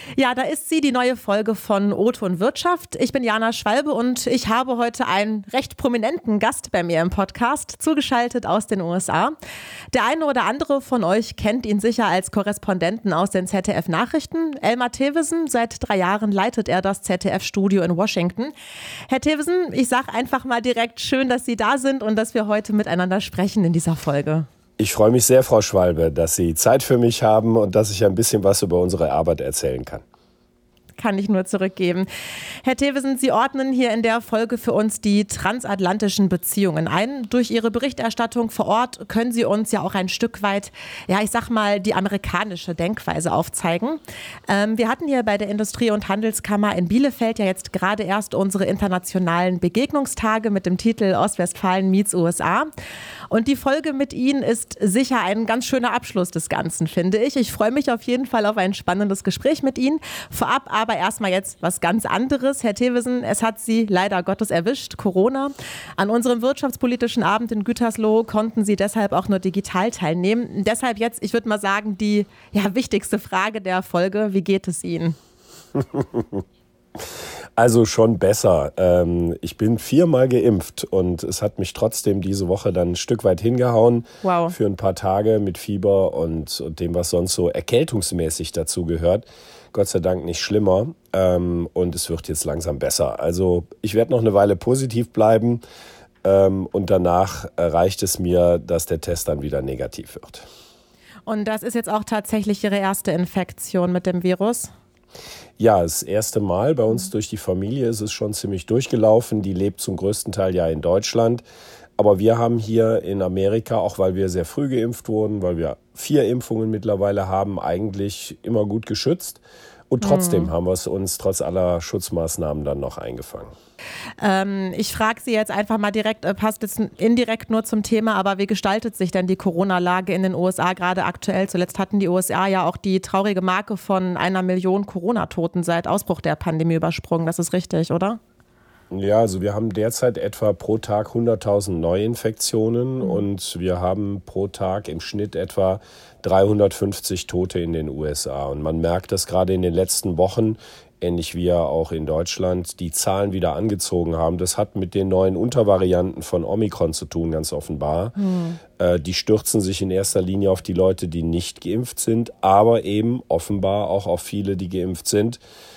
Ja, da ist sie, die neue Folge von O-Ton Wirtschaft. Ich bin Jana Schwalbe und ich habe heute einen recht prominenten Gast bei mir im Podcast, zugeschaltet aus den USA. Der eine oder andere von euch kennt ihn sicher als Korrespondenten aus den ZDF-Nachrichten. Elmar Thewissen, seit 3 Jahren leitet er das ZDF-Studio in Washington. Herr Thewissen, ich sage einfach mal direkt, schön, dass Sie da sind und dass wir heute miteinander sprechen in dieser Folge. Ich freue mich sehr, Frau Schwalbe, dass Sie Zeit für mich haben und dass ich ein bisschen was über unsere Arbeit erzählen kann. Kann ich nur zurückgeben. Herr Thewissen, Sie ordnen hier in der Folge für uns die transatlantischen Beziehungen ein. Durch Ihre Berichterstattung vor Ort können Sie uns ja auch ein Stück weit, ich sag mal, die amerikanische Denkweise aufzeigen. Wir hatten hier bei der Industrie- und Handelskammer in Bielefeld ja jetzt gerade erst unsere internationalen Begegnungstage mit dem Titel Ostwestfalen meets USA. Und die Folge mit Ihnen ist sicher ein ganz schöner Abschluss des Ganzen, finde ich. Ich freue mich auf jeden Fall auf ein spannendes Gespräch mit Ihnen. Vorab aber erstmal jetzt was ganz anderes. Herr Thewissen, es hat Sie leider Gottes erwischt, Corona. An unserem wirtschaftspolitischen Abend in Gütersloh konnten Sie deshalb auch nur digital teilnehmen. Deshalb jetzt, ich würde mal sagen, die wichtigste Frage der Folge. Wie geht es Ihnen? Also schon besser. Ich bin 4-mal geimpft und es hat mich trotzdem diese Woche dann ein Stück weit hingehauen. Wow. Für ein paar Tage mit Fieber und dem, was sonst so erkältungsmäßig dazu gehört. Gott sei Dank nicht schlimmer und es wird jetzt langsam besser. Also ich werde noch eine Weile positiv bleiben und danach reicht es mir, dass der Test dann wieder negativ wird. Und das ist jetzt auch tatsächlich Ihre erste Infektion mit dem Virus? Ja, das erste Mal. Bei uns durch die Familie ist es schon ziemlich durchgelaufen. Die lebt zum größten Teil ja in Deutschland. Aber wir haben hier in Amerika, auch weil wir sehr früh geimpft wurden, weil wir 4 Impfungen mittlerweile haben, eigentlich immer gut geschützt. Und trotzdem haben wir es uns trotz aller Schutzmaßnahmen dann noch eingefangen. Ich frage Sie jetzt einfach mal direkt, passt jetzt indirekt nur zum Thema, aber wie gestaltet sich denn die Corona-Lage in den USA gerade aktuell? Zuletzt hatten die USA ja auch die traurige Marke von 1 Million Corona-Toten seit Ausbruch der Pandemie übersprungen. Das ist richtig, oder? Ja, also wir haben derzeit etwa pro Tag 100.000 Neuinfektionen und wir haben pro Tag im Schnitt etwa 350 Tote in den USA. Und man merkt, dass gerade in den letzten Wochen, ähnlich wie ja auch in Deutschland, die Zahlen wieder angezogen haben. Das hat mit den neuen Untervarianten von Omikron zu tun, ganz offenbar. Die stürzen sich in erster Linie auf die Leute, die nicht geimpft sind, aber eben offenbar auch auf viele, die geimpft sind.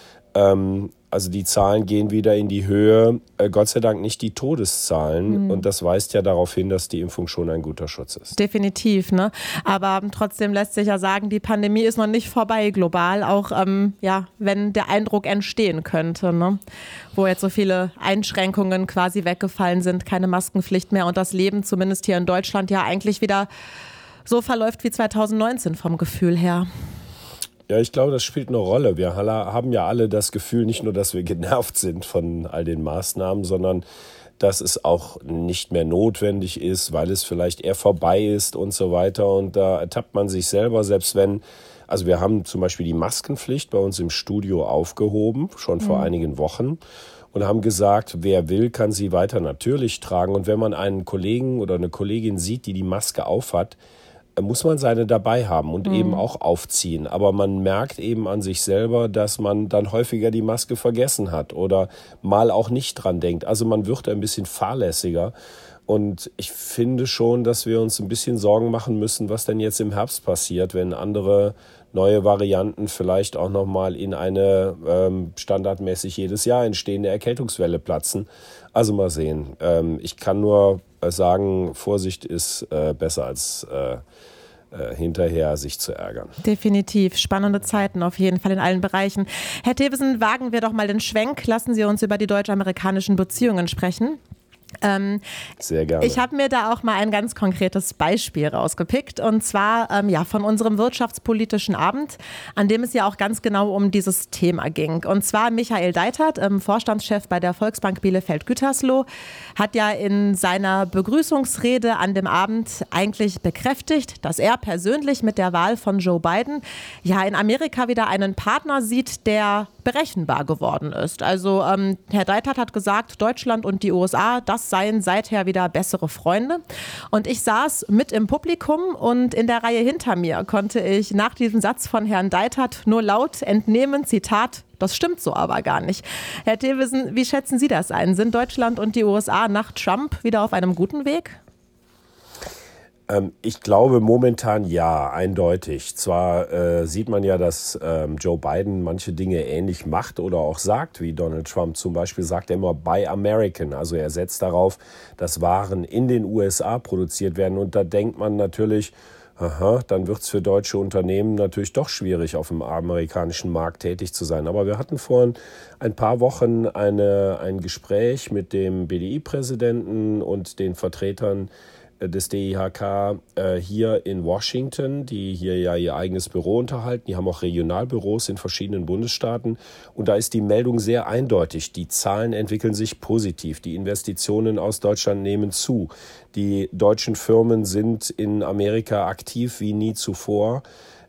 Also die Zahlen gehen wieder in die Höhe, Gott sei Dank nicht die Todeszahlen. Und das weist ja darauf hin, dass die Impfung schon ein guter Schutz ist. Definitiv, ne? Aber trotzdem lässt sich ja sagen, die Pandemie ist noch nicht vorbei global, auch wenn der Eindruck entstehen könnte, ne? Wo jetzt so viele Einschränkungen quasi weggefallen sind, keine Maskenpflicht mehr und das Leben zumindest hier in Deutschland ja eigentlich wieder so verläuft wie 2019 vom Gefühl her. Ja, ich glaube, das spielt eine Rolle. Wir haben ja alle das Gefühl, nicht nur, dass wir genervt sind von all den Maßnahmen, sondern dass es auch nicht mehr notwendig ist, weil es vielleicht eher vorbei ist und so weiter. Und da ertappt man sich selber, selbst wenn, also wir haben zum Beispiel die Maskenpflicht bei uns im Studio aufgehoben, schon vor einigen Wochen. Und haben gesagt, wer will, kann sie weiter natürlich tragen. Und wenn man einen Kollegen oder eine Kollegin sieht, die Maske aufhat, muss man seine dabei haben und eben auch aufziehen. Aber man merkt eben an sich selber, dass man dann häufiger die Maske vergessen hat oder mal auch nicht dran denkt. Also man wird ein bisschen fahrlässiger. Und ich finde schon, dass wir uns ein bisschen Sorgen machen müssen, was denn jetzt im Herbst passiert, wenn andere neue Varianten vielleicht auch nochmal in eine standardmäßig jedes Jahr entstehende Erkältungswelle platzen. Also mal sehen. Ich kann nur sagen, Vorsicht ist besser als hinterher sich zu ärgern. Definitiv. Spannende Zeiten auf jeden Fall in allen Bereichen. Herr Thewissen, wagen wir doch mal den Schwenk. Lassen Sie uns über die deutsch-amerikanischen Beziehungen sprechen. Sehr gerne. Ich habe mir da auch mal ein ganz konkretes Beispiel rausgepickt und zwar von unserem wirtschaftspolitischen Abend, an dem es ja auch ganz genau um dieses Thema ging. Und zwar Michael Deitert, Vorstandschef bei der Volksbank Bielefeld-Gütersloh, hat ja in seiner Begrüßungsrede an dem Abend eigentlich bekräftigt, dass er persönlich mit der Wahl von Joe Biden ja in Amerika wieder einen Partner sieht, der berechenbar geworden ist. Also Herr Deitert hat gesagt, Deutschland und die USA, das Stars seien seither wieder bessere Freunde. Und ich saß mit im Publikum und in der Reihe hinter mir konnte ich nach diesem Satz von Herrn Deitert nur laut entnehmen, Zitat, das stimmt so aber gar nicht. Herr Thewissen, wie schätzen Sie das ein? Sind Deutschland und die USA nach Trump wieder auf einem guten Weg? Ich glaube momentan ja, eindeutig. Zwar sieht man ja, dass Joe Biden manche Dinge ähnlich macht oder auch sagt, wie Donald Trump. Zum Beispiel sagt er immer Buy American. Also er setzt darauf, dass Waren in den USA produziert werden. Und da denkt man natürlich, dann wird es für deutsche Unternehmen natürlich doch schwierig, auf dem amerikanischen Markt tätig zu sein. Aber wir hatten vor ein paar Wochen ein Gespräch mit dem BDI-Präsidenten und den Vertretern des DIHK hier in Washington, die hier ja ihr eigenes Büro unterhalten. Die haben auch Regionalbüros in verschiedenen Bundesstaaten. Und da ist die Meldung sehr eindeutig. Die Zahlen entwickeln sich positiv. Die Investitionen aus Deutschland nehmen zu. Die deutschen Firmen sind in Amerika aktiv wie nie zuvor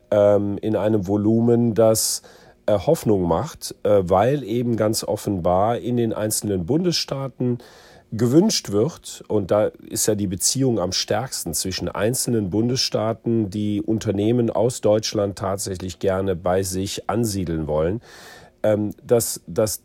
in einem Volumen, das Hoffnung macht, weil eben ganz offenbar in den einzelnen Bundesstaaten gewünscht wird, und da ist ja die Beziehung am stärksten zwischen einzelnen Bundesstaaten, die Unternehmen aus Deutschland tatsächlich gerne bei sich ansiedeln wollen, dass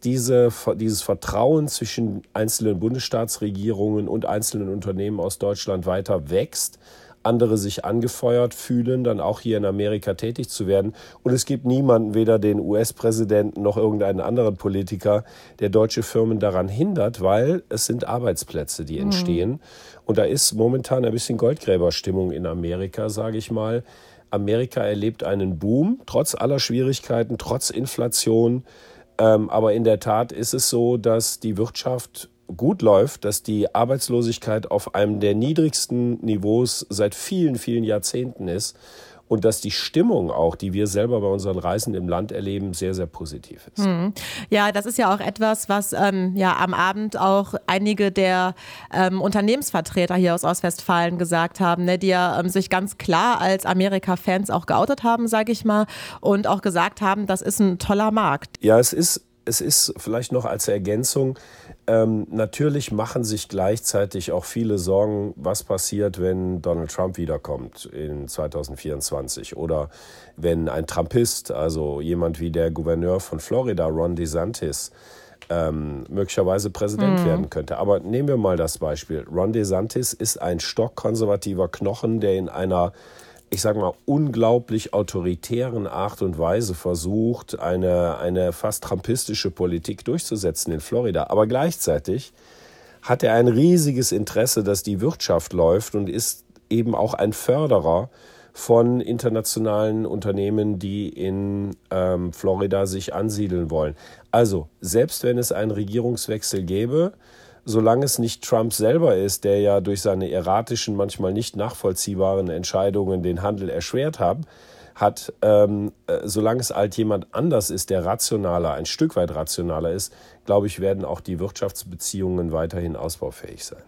dieses Vertrauen zwischen einzelnen Bundesstaatsregierungen und einzelnen Unternehmen aus Deutschland weiter wächst, andere sich angefeuert fühlen, dann auch hier in Amerika tätig zu werden. Und es gibt niemanden, weder den US-Präsidenten noch irgendeinen anderen Politiker, der deutsche Firmen daran hindert, weil es sind Arbeitsplätze, die entstehen. Und da ist momentan ein bisschen Goldgräberstimmung in Amerika, sage ich mal. Amerika erlebt einen Boom, trotz aller Schwierigkeiten, trotz Inflation. Aber in der Tat ist es so, dass die Wirtschaft gut läuft, dass die Arbeitslosigkeit auf einem der niedrigsten Niveaus seit vielen, vielen Jahrzehnten ist und dass die Stimmung auch, die wir selber bei unseren Reisen im Land erleben, sehr, sehr positiv ist. Ja, das ist ja auch etwas, was am Abend auch einige der Unternehmensvertreter hier aus Ostwestfalen gesagt haben, ne, die ja sich ganz klar als Amerika-Fans auch geoutet haben, sage ich mal, und auch gesagt haben, das ist ein toller Markt. Ja, es ist vielleicht noch als Ergänzung, natürlich machen sich gleichzeitig auch viele Sorgen, was passiert, wenn Donald Trump wiederkommt in 2024 oder wenn ein Trumpist, also jemand wie der Gouverneur von Florida, Ron DeSantis, möglicherweise Präsident werden könnte. Aber nehmen wir mal das Beispiel. Ron DeSantis ist ein stockkonservativer Knochen, der in einer, ich sage mal, unglaublich autoritären Art und Weise versucht, eine fast trumpistische Politik durchzusetzen in Florida. Aber gleichzeitig hat er ein riesiges Interesse, dass die Wirtschaft läuft und ist eben auch ein Förderer von internationalen Unternehmen, die in Florida sich ansiedeln wollen. Also, selbst wenn es einen Regierungswechsel gäbe, solange es nicht Trump selber ist, der ja durch seine erratischen, manchmal nicht nachvollziehbaren Entscheidungen den Handel erschwert hat, solange es halt jemand anders ist, der rationaler, ein Stück weit rationaler ist, glaube ich, werden auch die Wirtschaftsbeziehungen weiterhin ausbaufähig sein.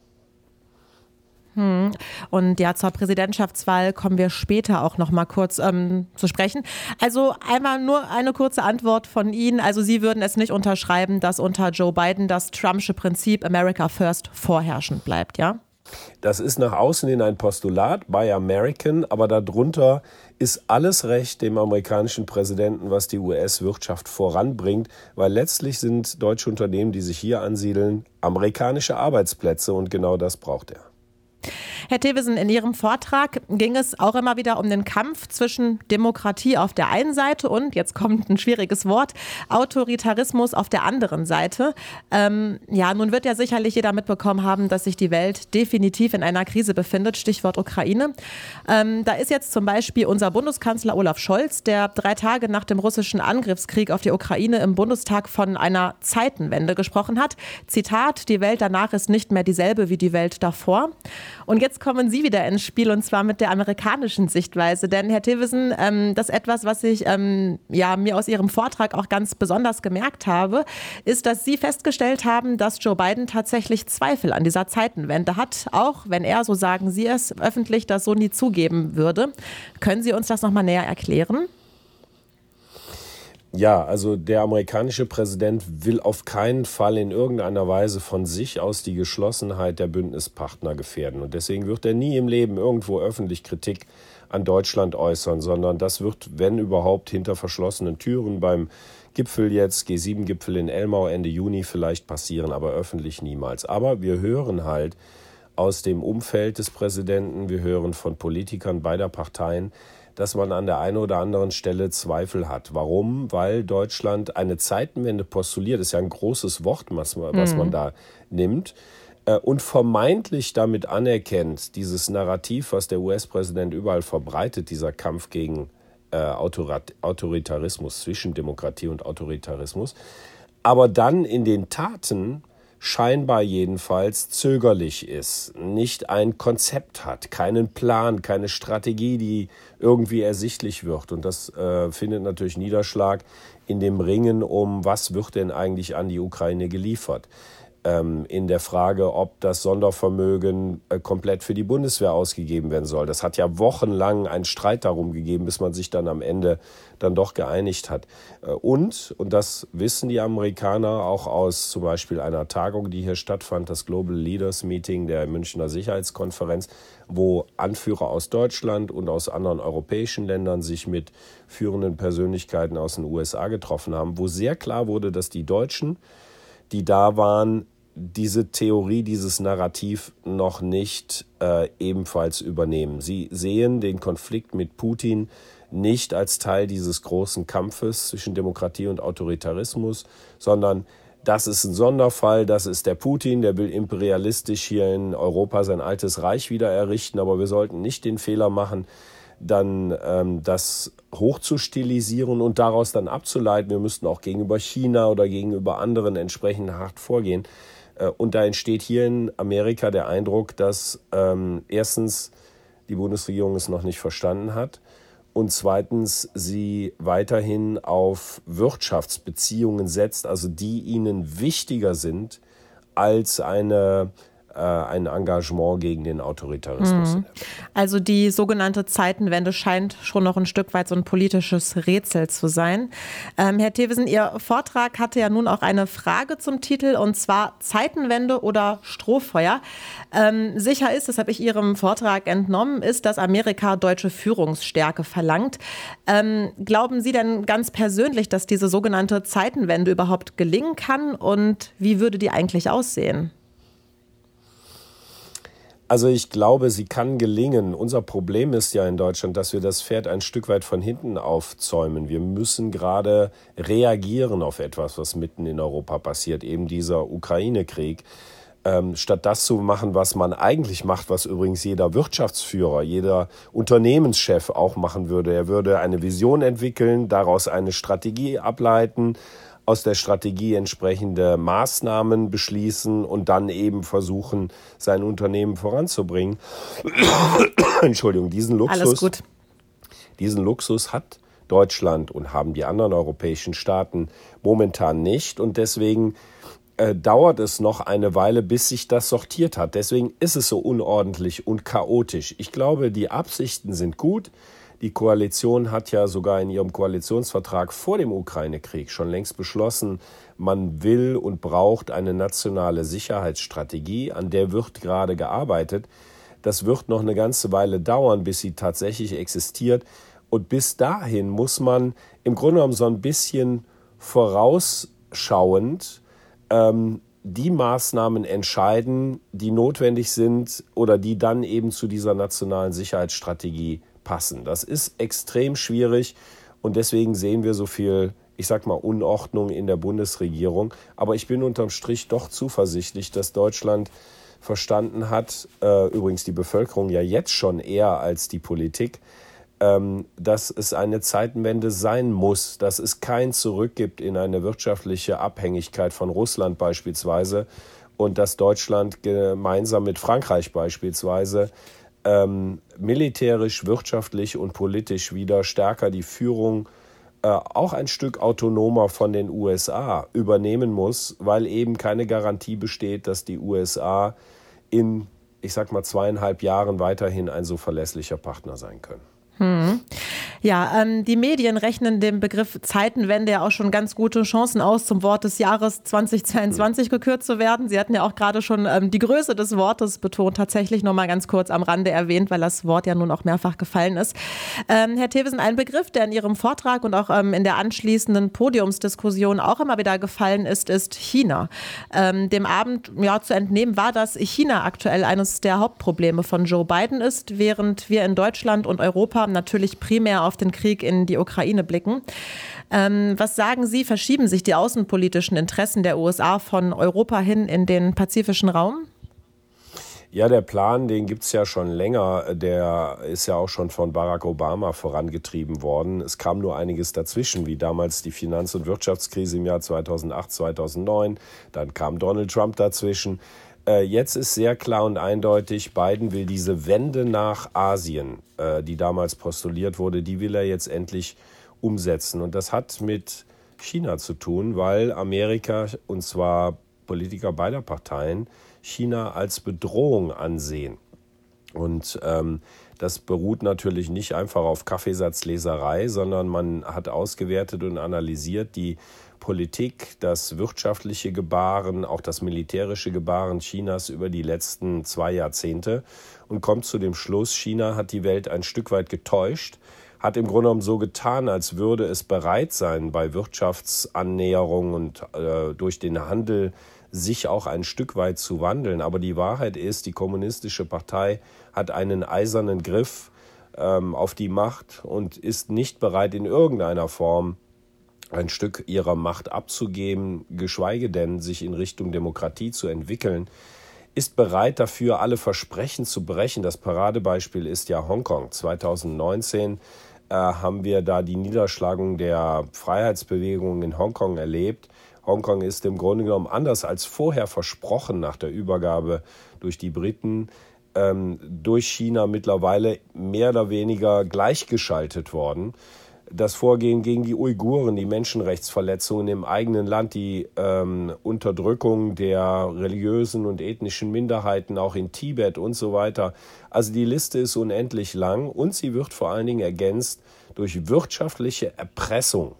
Und ja, zur Präsidentschaftswahl kommen wir später auch noch mal kurz zu sprechen. Also einmal nur eine kurze Antwort von Ihnen. Also Sie würden es nicht unterschreiben, dass unter Joe Biden das Trumpsche Prinzip America First vorherrschend bleibt, ja? Das ist nach außen hin ein Postulat, Buy American, aber darunter ist alles recht dem amerikanischen Präsidenten, was die US-Wirtschaft voranbringt, weil letztlich sind deutsche Unternehmen, die sich hier ansiedeln, amerikanische Arbeitsplätze und genau das braucht er. Herr Thewissen, in Ihrem Vortrag ging es auch immer wieder um den Kampf zwischen Demokratie auf der einen Seite und, jetzt kommt ein schwieriges Wort, Autoritarismus auf der anderen Seite. Nun wird ja sicherlich jeder mitbekommen haben, dass sich die Welt definitiv in einer Krise befindet, Stichwort Ukraine. Da ist jetzt zum Beispiel unser Bundeskanzler Olaf Scholz, der 3 Tage nach dem russischen Angriffskrieg auf die Ukraine im Bundestag von einer Zeitenwende gesprochen hat. Zitat, die Welt danach ist nicht mehr dieselbe wie die Welt davor. Und jetzt kommen Sie wieder ins Spiel und zwar mit der amerikanischen Sichtweise. Denn Herr Thewissen, das ist etwas, was ich mir aus Ihrem Vortrag auch ganz besonders gemerkt habe, ist, dass Sie festgestellt haben, dass Joe Biden tatsächlich Zweifel an dieser Zeitenwende hat, auch wenn er, so sagen Sie es, öffentlich das so nie zugeben würde. Können Sie uns das nochmal näher erklären? Ja, also der amerikanische Präsident will auf keinen Fall in irgendeiner Weise von sich aus die Geschlossenheit der Bündnispartner gefährden. Und deswegen wird er nie im Leben irgendwo öffentlich Kritik an Deutschland äußern, sondern das wird, wenn überhaupt, hinter verschlossenen Türen beim Gipfel jetzt, G7-Gipfel in Elmau Ende Juni vielleicht passieren, aber öffentlich niemals. Aber wir hören halt aus dem Umfeld des Präsidenten, wir hören von Politikern beider Parteien, dass man an der einen oder anderen Stelle Zweifel hat. Warum? Weil Deutschland eine Zeitenwende postuliert. Das ist ja ein großes Wort, was man da nimmt. Und vermeintlich damit anerkennt, dieses Narrativ, was der US-Präsident überall verbreitet, dieser Kampf gegen Autoritarismus, zwischen Demokratie und Autoritarismus, aber dann in den Taten scheinbar jedenfalls zögerlich ist, nicht ein Konzept hat, keinen Plan, keine Strategie, die irgendwie ersichtlich wird. Und das findet natürlich Niederschlag in dem Ringen um, was wird denn eigentlich an die Ukraine geliefert. In der Frage, ob das Sondervermögen komplett für die Bundeswehr ausgegeben werden soll. Das hat ja wochenlang einen Streit darum gegeben, bis man sich dann am Ende dann doch geeinigt hat. Und das wissen die Amerikaner auch aus zum Beispiel einer Tagung, die hier stattfand, das Global Leaders Meeting der Münchner Sicherheitskonferenz, wo Anführer aus Deutschland und aus anderen europäischen Ländern sich mit führenden Persönlichkeiten aus den USA getroffen haben, wo sehr klar wurde, dass die Deutschen, die da waren, diese Theorie, dieses Narrativ noch nicht ebenfalls übernehmen. Sie sehen den Konflikt mit Putin nicht als Teil dieses großen Kampfes zwischen Demokratie und Autoritarismus, sondern das ist ein Sonderfall, das ist der Putin, der will imperialistisch hier in Europa sein altes Reich wieder errichten, aber wir sollten nicht den Fehler machen, dann das hochzustilisieren und daraus dann abzuleiten, wir müssten auch gegenüber China oder gegenüber anderen entsprechend hart vorgehen. Und da entsteht hier in Amerika der Eindruck, dass erstens die Bundesregierung es noch nicht verstanden hat und zweitens sie weiterhin auf Wirtschaftsbeziehungen setzt, also die ihnen wichtiger sind als ein Engagement gegen den Autoritarismus. Also die sogenannte Zeitenwende scheint schon noch ein Stück weit so ein politisches Rätsel zu sein. Herr Thewesen, Ihr Vortrag hatte ja nun auch eine Frage zum Titel, und zwar Zeitenwende oder Strohfeuer. Sicher ist, das habe ich Ihrem Vortrag entnommen, ist, dass Amerika deutsche Führungsstärke verlangt. Glauben Sie denn ganz persönlich, dass diese sogenannte Zeitenwende überhaupt gelingen kann, und wie würde die eigentlich aussehen? Also ich glaube, sie kann gelingen. Unser Problem ist ja in Deutschland, dass wir das Pferd ein Stück weit von hinten aufzäumen. Wir müssen gerade reagieren auf etwas, was mitten in Europa passiert, eben dieser Ukraine-Krieg. Statt das zu machen, was man eigentlich macht, was übrigens jeder Wirtschaftsführer, jeder Unternehmenschef auch machen würde. Er würde eine Vision entwickeln, daraus eine Strategie ableiten, aus der Strategie entsprechende Maßnahmen beschließen und dann eben versuchen, sein Unternehmen voranzubringen. Entschuldigung, diesen Luxus hat Deutschland und haben die anderen europäischen Staaten momentan nicht. Und deswegen dauert es noch eine Weile, bis sich das sortiert hat. Deswegen ist es so unordentlich und chaotisch. Ich glaube, die Absichten sind gut. Die Koalition hat ja sogar in ihrem Koalitionsvertrag vor dem Ukraine-Krieg schon längst beschlossen, man will und braucht eine nationale Sicherheitsstrategie, an der wird gerade gearbeitet. Das wird noch eine ganze Weile dauern, bis sie tatsächlich existiert. Und bis dahin muss man im Grunde genommen so ein bisschen vorausschauend die Maßnahmen entscheiden, die notwendig sind oder die dann eben zu dieser nationalen Sicherheitsstrategie passen. Das ist extrem schwierig und deswegen sehen wir so viel, ich sag mal, Unordnung in der Bundesregierung. Aber ich bin unterm Strich doch zuversichtlich, dass Deutschland verstanden hat, übrigens die Bevölkerung ja jetzt schon eher als die Politik, dass es eine Zeitenwende sein muss, dass es kein Zurück gibt in eine wirtschaftliche Abhängigkeit von Russland beispielsweise und dass Deutschland gemeinsam mit Frankreich beispielsweise militärisch, wirtschaftlich und politisch wieder stärker die Führung auch ein Stück autonomer von den USA übernehmen muss, weil eben keine Garantie besteht, dass die USA in, ich sag mal, 2,5 Jahren weiterhin ein so verlässlicher Partner sein können. Ja, die Medien rechnen dem Begriff Zeitenwende ja auch schon ganz gute Chancen aus, zum Wort des Jahres 2022 gekürt zu werden. Sie hatten ja auch gerade schon die Größe des Wortes betont, tatsächlich noch mal ganz kurz am Rande erwähnt, weil das Wort ja nun auch mehrfach gefallen ist. Herr Thewesen, ein Begriff, der in Ihrem Vortrag und auch in der anschließenden Podiumsdiskussion auch immer wieder gefallen ist, ist China. Dem Abend zu entnehmen war, dass China aktuell eines der Hauptprobleme von Joe Biden ist, während wir in Deutschland und Europa natürlich primär auf den Krieg in die Ukraine blicken. Was sagen Sie, verschieben sich die außenpolitischen Interessen der USA von Europa hin in den pazifischen Raum? Ja, der Plan, den gibt es ja schon länger. Der ist ja auch schon von Barack Obama vorangetrieben worden. Es kam nur einiges dazwischen, wie damals die Finanz- und Wirtschaftskrise im Jahr 2008, 2009. Dann kam Donald Trump dazwischen. Jetzt ist sehr klar und eindeutig, Biden will diese Wende nach Asien, die damals postuliert wurde, die will er jetzt endlich umsetzen. Und das hat mit China zu tun, weil Amerika, und zwar Politiker beider Parteien, China als Bedrohung ansehen. Und das beruht natürlich nicht einfach auf Kaffeesatzleserei, sondern man hat ausgewertet und analysiert die Politik, das wirtschaftliche Gebaren, auch das militärische Gebaren Chinas über die letzten 2 Jahrzehnte und kommt zu dem Schluss, China hat die Welt ein Stück weit getäuscht, hat im Grunde genommen so getan, als würde es bereit sein, bei Wirtschaftsannäherung und durch den Handel sich auch ein Stück weit zu wandeln. Aber die Wahrheit ist, die Kommunistische Partei hat einen eisernen Griff auf die Macht und ist nicht bereit, in irgendeiner Form ein Stück ihrer Macht abzugeben, geschweige denn sich in Richtung Demokratie zu entwickeln, ist bereit dafür, alle Versprechen zu brechen. Das Paradebeispiel ist ja Hongkong. 2019 haben wir da die Niederschlagung der Freiheitsbewegung in Hongkong erlebt. Hongkong ist im Grunde genommen anders als vorher versprochen nach der Übergabe durch die Briten, durch China mittlerweile mehr oder weniger gleichgeschaltet worden. Das Vorgehen gegen die Uiguren, die Menschenrechtsverletzungen im eigenen Land, die Unterdrückung der religiösen und ethnischen Minderheiten auch in Tibet und so weiter. Also die Liste ist unendlich lang und sie wird vor allen Dingen ergänzt durch wirtschaftliche Erpressung,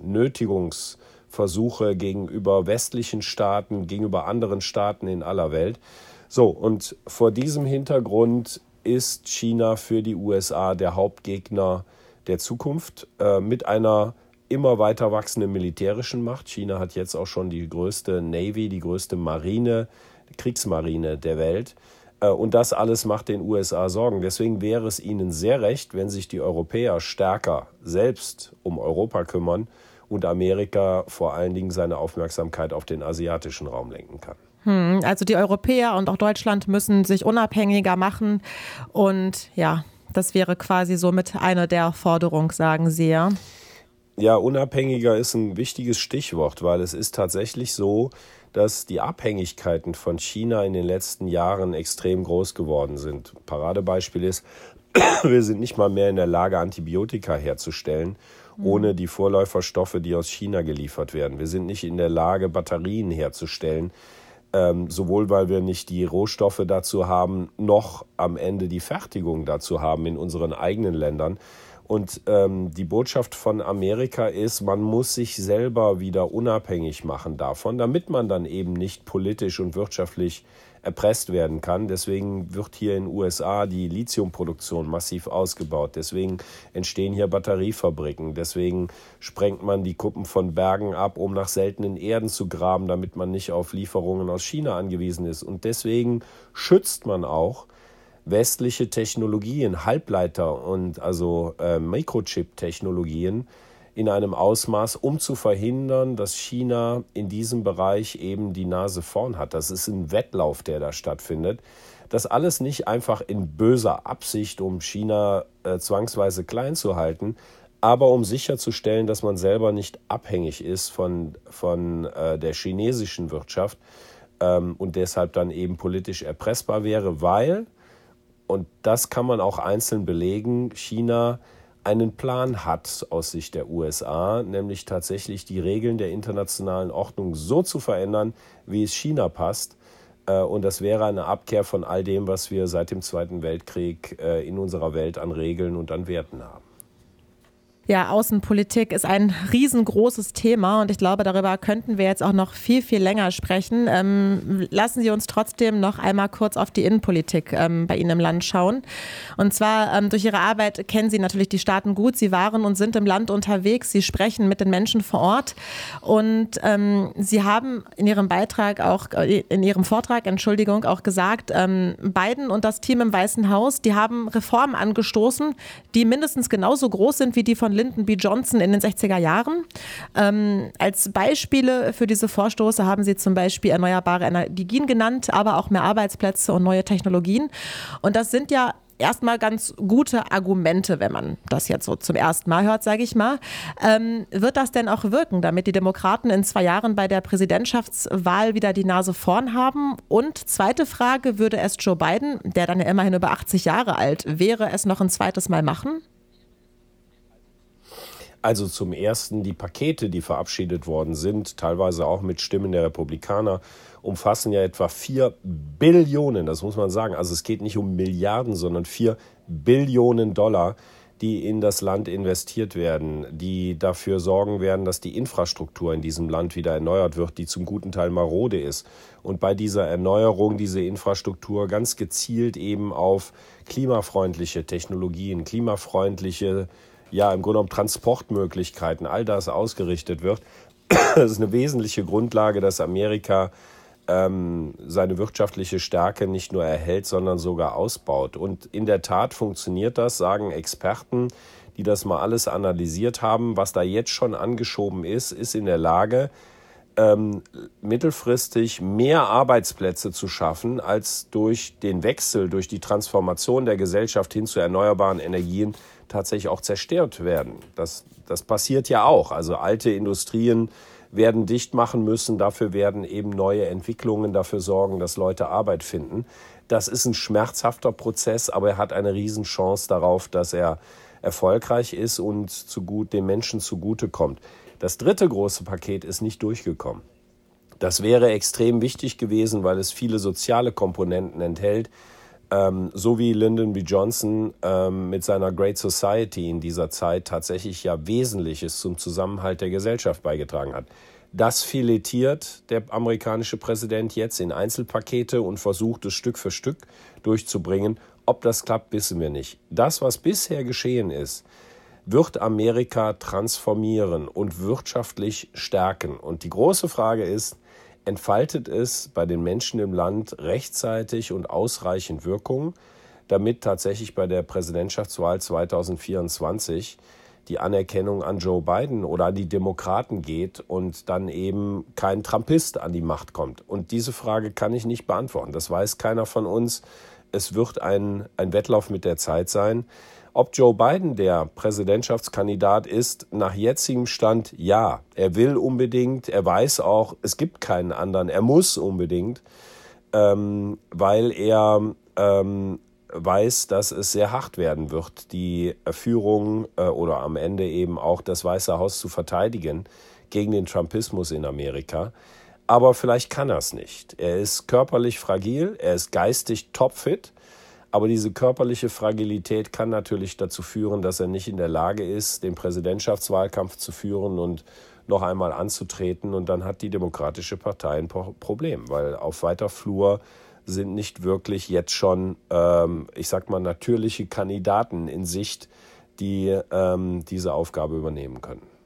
Nötigungsversuche gegenüber westlichen Staaten, gegenüber anderen Staaten in aller Welt. So, und vor diesem Hintergrund ist China für die USA der Hauptgegner der Zukunft mit einer immer weiter wachsenden militärischen Macht. China hat jetzt auch schon die größte Navy, die größte Marine, Kriegsmarine der Welt. Und das alles macht den USA Sorgen. Deswegen wäre es ihnen sehr recht, wenn sich die Europäer stärker selbst um Europa kümmern und Amerika vor allen Dingen seine Aufmerksamkeit auf den asiatischen Raum lenken kann. Also die Europäer und auch Deutschland müssen sich unabhängiger machen und ja, das wäre quasi somit eine der Forderungen, sagen Sie, ja? Ja, unabhängiger ist ein wichtiges Stichwort, weil es ist tatsächlich so, dass die Abhängigkeiten von China in den letzten Jahren extrem groß geworden sind. Paradebeispiel ist, wir sind nicht mal mehr in der Lage, Antibiotika herzustellen, ohne die Vorläuferstoffe, die aus China geliefert werden. Wir sind nicht in der Lage, Batterien herzustellen, sowohl weil wir nicht die Rohstoffe dazu haben, noch am Ende die Fertigung dazu haben in unseren eigenen Ländern. Und die Botschaft von Amerika ist, man muss sich selber wieder unabhängig machen davon, damit man dann eben nicht politisch und wirtschaftlich erpresst werden kann. Deswegen wird hier in den USA die Lithiumproduktion massiv ausgebaut. Deswegen entstehen hier Batteriefabriken. Deswegen sprengt man die Kuppen von Bergen ab, um nach seltenen Erden zu graben, damit man nicht auf Lieferungen aus China angewiesen ist. Und deswegen schützt man auch westliche Technologien, Halbleiter und also Mikrochip-Technologien in einem Ausmaß, um zu verhindern, dass China in diesem Bereich eben die Nase vorn hat. Das ist ein Wettlauf, der da stattfindet. Das alles nicht einfach in böser Absicht, um China zwangsweise klein zu halten, aber um sicherzustellen, dass man selber nicht abhängig ist von der chinesischen Wirtschaft und deshalb dann eben politisch erpressbar wäre, weil, und das kann man auch einzeln belegen, China einen Plan hat aus Sicht der USA, nämlich tatsächlich die Regeln der internationalen Ordnung so zu verändern, wie es China passt. Und das wäre eine Abkehr von all dem, was wir seit dem Zweiten Weltkrieg in unserer Welt an Regeln und an Werten haben. Ja, Außenpolitik ist ein riesengroßes Thema und ich glaube, darüber könnten wir jetzt auch noch viel, viel länger sprechen. Lassen Sie uns trotzdem noch einmal kurz auf die Innenpolitik bei Ihnen im Land schauen. Und zwar durch Ihre Arbeit kennen Sie natürlich die Staaten gut. Sie waren und sind im Land unterwegs. Sie sprechen mit den Menschen vor Ort und Sie haben in Ihrem Vortrag auch gesagt, Biden und das Team im Weißen Haus, die haben Reformen angestoßen, die mindestens genauso groß sind wie die von Lyndon B. Johnson in den 60er Jahren. Als Beispiele für diese Vorstoße haben Sie zum Beispiel erneuerbare Energien genannt, aber auch mehr Arbeitsplätze und neue Technologien. Und das sind ja erstmal ganz gute Argumente, wenn man das jetzt so zum ersten Mal hört, sage ich mal. Wird das denn auch wirken, damit die Demokraten in 2 Jahren bei der Präsidentschaftswahl wieder die Nase vorn haben? Und zweite Frage, würde es Joe Biden, der dann ja immerhin über 80 Jahre alt wäre, es noch ein zweites Mal machen? Also zum Ersten, die Pakete, die verabschiedet worden sind, teilweise auch mit Stimmen der Republikaner, umfassen ja etwa 4 Billionen, das muss man sagen. Also es geht nicht um Milliarden, sondern 4 Billionen Dollar, die in das Land investiert werden, die dafür sorgen werden, dass die Infrastruktur in diesem Land wieder erneuert wird, die zum guten Teil marode ist. Und bei dieser Erneuerung, diese Infrastruktur ganz gezielt eben auf klimafreundliche Technologien, klimafreundliche im Grunde genommen Transportmöglichkeiten, all das ausgerichtet wird. Das ist eine wesentliche Grundlage, dass Amerika seine wirtschaftliche Stärke nicht nur erhält, sondern sogar ausbaut. Und in der Tat funktioniert das, sagen Experten, die das mal alles analysiert haben. Was da jetzt schon angeschoben ist in der Lage, mittelfristig mehr Arbeitsplätze zu schaffen, als durch den Wechsel, durch die Transformation der Gesellschaft hin zu erneuerbaren Energien tatsächlich auch zerstört werden. Das passiert ja auch. Also alte Industrien werden dicht machen müssen. Dafür werden eben neue Entwicklungen dafür sorgen, dass Leute Arbeit finden. Das ist ein schmerzhafter Prozess, aber er hat eine Riesenchance darauf, dass er erfolgreich ist und den Menschen zugutekommt. Das dritte große Paket ist nicht durchgekommen. Das wäre extrem wichtig gewesen, weil es viele soziale Komponenten enthält, so wie Lyndon B. Johnson mit seiner Great Society in dieser Zeit tatsächlich ja Wesentliches zum Zusammenhalt der Gesellschaft beigetragen hat. Das filetiert der amerikanische Präsident jetzt in Einzelpakete und versucht es Stück für Stück durchzubringen. Ob das klappt, wissen wir nicht. Das, was bisher geschehen ist, wird Amerika transformieren und wirtschaftlich stärken. Und die große Frage ist, entfaltet es bei den Menschen im Land rechtzeitig und ausreichend Wirkung, damit tatsächlich bei der Präsidentschaftswahl 2024 die Anerkennung an Joe Biden oder an die Demokraten geht und dann eben kein Trumpist an die Macht kommt. Und diese Frage kann ich nicht beantworten. Das weiß keiner von uns. Es wird ein Wettlauf mit der Zeit sein. Ob Joe Biden der Präsidentschaftskandidat ist, nach jetzigem Stand ja. Er will unbedingt, er weiß auch, es gibt keinen anderen. Er muss unbedingt, weil er weiß, dass es sehr hart werden wird, die Führung oder am Ende eben auch das Weiße Haus zu verteidigen gegen den Trumpismus in Amerika. Aber vielleicht kann er es nicht. Er ist körperlich fragil, er ist geistig topfit. Aber diese körperliche Fragilität kann natürlich dazu führen, dass er nicht in der Lage ist, den Präsidentschaftswahlkampf zu führen und noch einmal anzutreten. Und dann hat die Demokratische Partei ein Problem, weil auf weiter Flur sind nicht wirklich jetzt schon, natürliche Kandidaten in Sicht, die diese Aufgabe übernehmen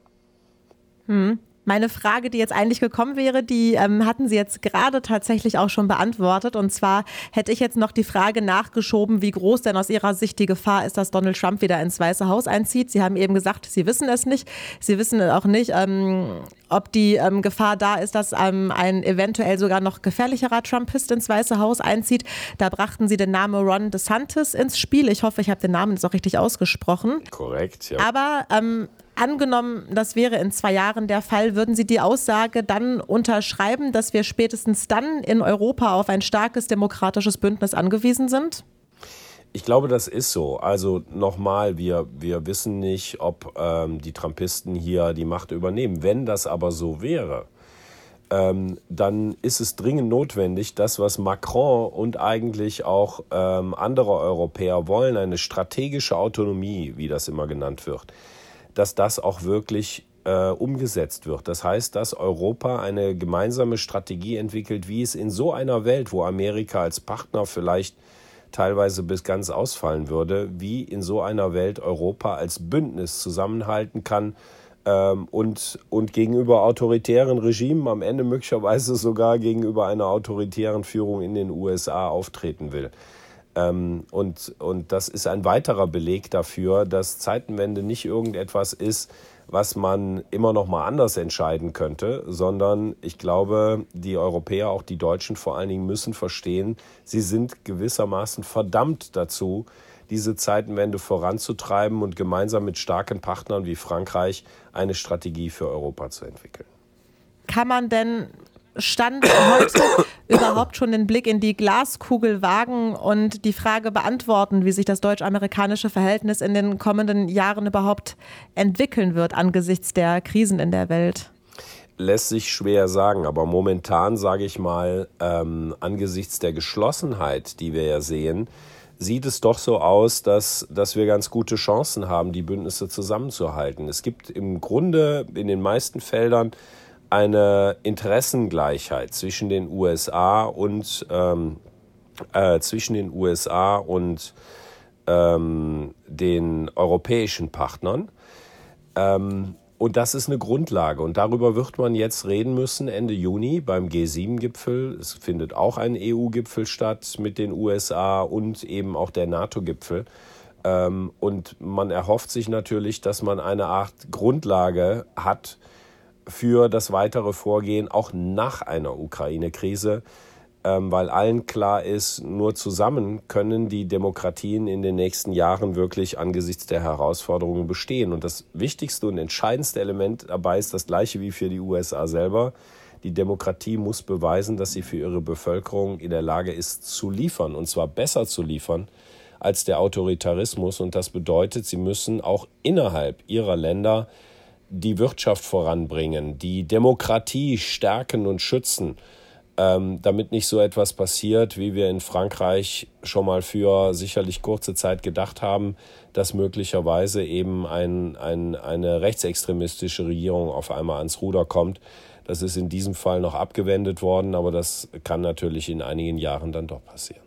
können. Meine Frage, die jetzt eigentlich gekommen wäre, die hatten Sie jetzt gerade tatsächlich auch schon beantwortet. Und zwar hätte ich jetzt noch die Frage nachgeschoben, wie groß denn aus Ihrer Sicht die Gefahr ist, dass Donald Trump wieder ins Weiße Haus einzieht. Sie haben eben gesagt, Sie wissen es nicht. Sie wissen auch nicht, ob die Gefahr da ist, dass ein eventuell sogar noch gefährlicherer Trumpist ins Weiße Haus einzieht. Da brachten Sie den Namen Ron DeSantis ins Spiel. Ich hoffe, ich habe den Namen jetzt auch richtig ausgesprochen. Korrekt, ja. Aber angenommen, das wäre in 2 Jahren der Fall, würden Sie die Aussage dann unterschreiben, dass wir spätestens dann in Europa auf ein starkes demokratisches Bündnis angewiesen sind? Ich glaube, das ist so. Also nochmal, wir wissen nicht, ob die Trumpisten hier die Macht übernehmen. Wenn das aber so wäre, dann ist es dringend notwendig, das, was Macron und eigentlich auch andere Europäer wollen, eine strategische Autonomie, wie das immer genannt wird. dass das auch wirklich umgesetzt wird. Das heißt, dass Europa eine gemeinsame Strategie entwickelt, wie es in so einer Welt, wo Amerika als Partner vielleicht teilweise bis ganz ausfallen würde, wie in so einer Welt Europa als Bündnis zusammenhalten kann und gegenüber autoritären Regimen, am Ende möglicherweise sogar gegenüber einer autoritären Führung in den USA auftreten will. Und das ist ein weiterer Beleg dafür, dass Zeitenwende nicht irgendetwas ist, was man immer noch mal anders entscheiden könnte, sondern ich glaube, die Europäer, auch die Deutschen vor allen Dingen, müssen verstehen, sie sind gewissermaßen verdammt dazu, diese Zeitenwende voranzutreiben und gemeinsam mit starken Partnern wie Frankreich eine Strategie für Europa zu entwickeln. Kann man denn Stand heute überhaupt schon den Blick in die Glaskugel wagen und die Frage beantworten, wie sich das deutsch-amerikanische Verhältnis in den kommenden Jahren überhaupt entwickeln wird angesichts der Krisen in der Welt? Lässt sich schwer sagen, aber momentan, sage ich mal, angesichts der Geschlossenheit, die wir ja sehen, sieht es doch so aus, dass wir ganz gute Chancen haben, die Bündnisse zusammenzuhalten. Es gibt im Grunde in den meisten Feldern eine Interessengleichheit zwischen den USA und den europäischen Partnern. Und das ist eine Grundlage. Und darüber wird man jetzt reden müssen Ende Juni beim G7-Gipfel. Es findet auch ein EU-Gipfel statt mit den USA und eben auch der NATO-Gipfel. Und man erhofft sich natürlich, dass man eine Art Grundlage hat für das weitere Vorgehen auch nach einer Ukraine-Krise, weil allen klar ist, nur zusammen können die Demokratien in den nächsten Jahren wirklich angesichts der Herausforderungen bestehen. Und das wichtigste und entscheidendste Element dabei ist das gleiche wie für die USA selber. Die Demokratie muss beweisen, dass sie für ihre Bevölkerung in der Lage ist zu liefern, und zwar besser zu liefern als der Autoritarismus. Und das bedeutet, sie müssen auch innerhalb ihrer Länder die Wirtschaft voranbringen, die Demokratie stärken und schützen, damit nicht so etwas passiert, wie wir in Frankreich schon mal für sicherlich kurze Zeit gedacht haben, dass möglicherweise eben eine rechtsextremistische Regierung auf einmal ans Ruder kommt. Das ist in diesem Fall noch abgewendet worden, aber das kann natürlich in einigen Jahren dann doch passieren.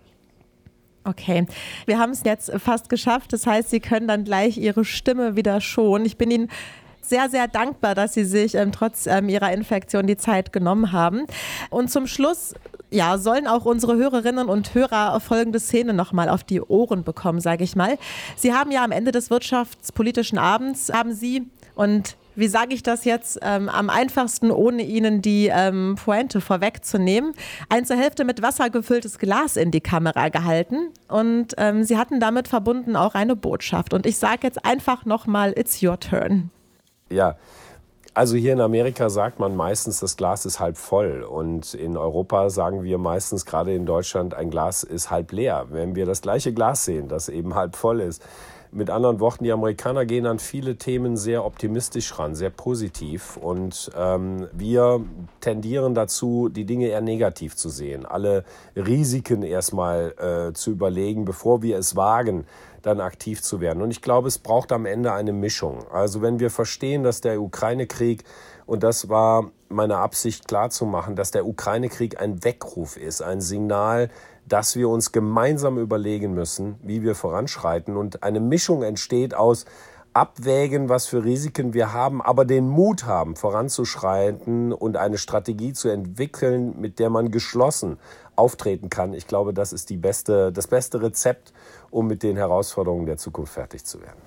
Okay, wir haben es jetzt fast geschafft. Das heißt, Sie können dann gleich Ihre Stimme wieder schonen. Ich bin Ihnen sehr, sehr dankbar, dass Sie sich trotz Ihrer Infektion die Zeit genommen haben. Und zum Schluss sollen auch unsere Hörerinnen und Hörer folgende Szene nochmal auf die Ohren bekommen, sage ich mal. Sie haben ja am Ende des wirtschaftspolitischen Abends, und wie sage ich das jetzt am einfachsten, ohne Ihnen die Pointe vorwegzunehmen, ein zur Hälfte mit Wasser gefülltes Glas in die Kamera gehalten. Und Sie hatten damit verbunden auch eine Botschaft. Und ich sage jetzt einfach nochmal, it's your turn. Ja, also hier in Amerika sagt man meistens, das Glas ist halb voll. Und in Europa sagen wir meistens, gerade in Deutschland, ein Glas ist halb leer. Wenn wir das gleiche Glas sehen, das eben halb voll ist. Mit anderen Worten, die Amerikaner gehen an viele Themen sehr optimistisch ran, sehr positiv. Und wir tendieren dazu, die Dinge eher negativ zu sehen. Alle Risiken erstmal zu überlegen, bevor wir es wagen, dann aktiv zu werden. Und ich glaube, es braucht am Ende eine Mischung. Also wenn wir verstehen, dass der Ukraine-Krieg, und das war meine Absicht klarzumachen, dass der Ukraine-Krieg ein Weckruf ist, ein Signal, dass wir uns gemeinsam überlegen müssen, wie wir voranschreiten, und eine Mischung entsteht aus abwägen, was für Risiken wir haben, aber den Mut haben, voranzuschreiten und eine Strategie zu entwickeln, mit der man geschlossen auftreten kann. Ich glaube, das ist das beste Rezept, um mit den Herausforderungen der Zukunft fertig zu werden.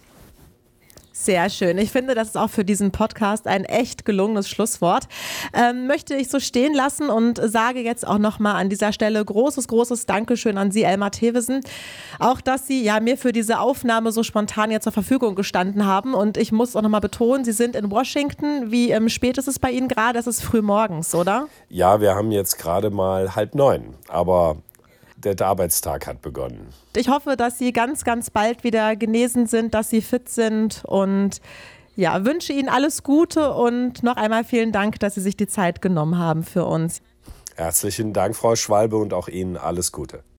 Sehr schön. Ich finde, das ist auch für diesen Podcast ein echt gelungenes Schlusswort. Möchte ich so stehen lassen und sage jetzt auch nochmal an dieser Stelle großes Dankeschön an Sie, Elmar Thewissen. Auch, dass Sie mir für diese Aufnahme so spontan jetzt zur Verfügung gestanden haben. Und ich muss auch nochmal betonen, Sie sind in Washington. Wie spät ist es bei Ihnen gerade? Es ist früh morgens, oder? Ja, wir haben jetzt gerade mal 8:30, aber der Arbeitstag hat begonnen. Ich hoffe, dass Sie ganz, ganz bald wieder genesen sind, dass Sie fit sind, und wünsche Ihnen alles Gute und noch einmal vielen Dank, dass Sie sich die Zeit genommen haben für uns. Herzlichen Dank, Frau Schwalbe, und auch Ihnen alles Gute.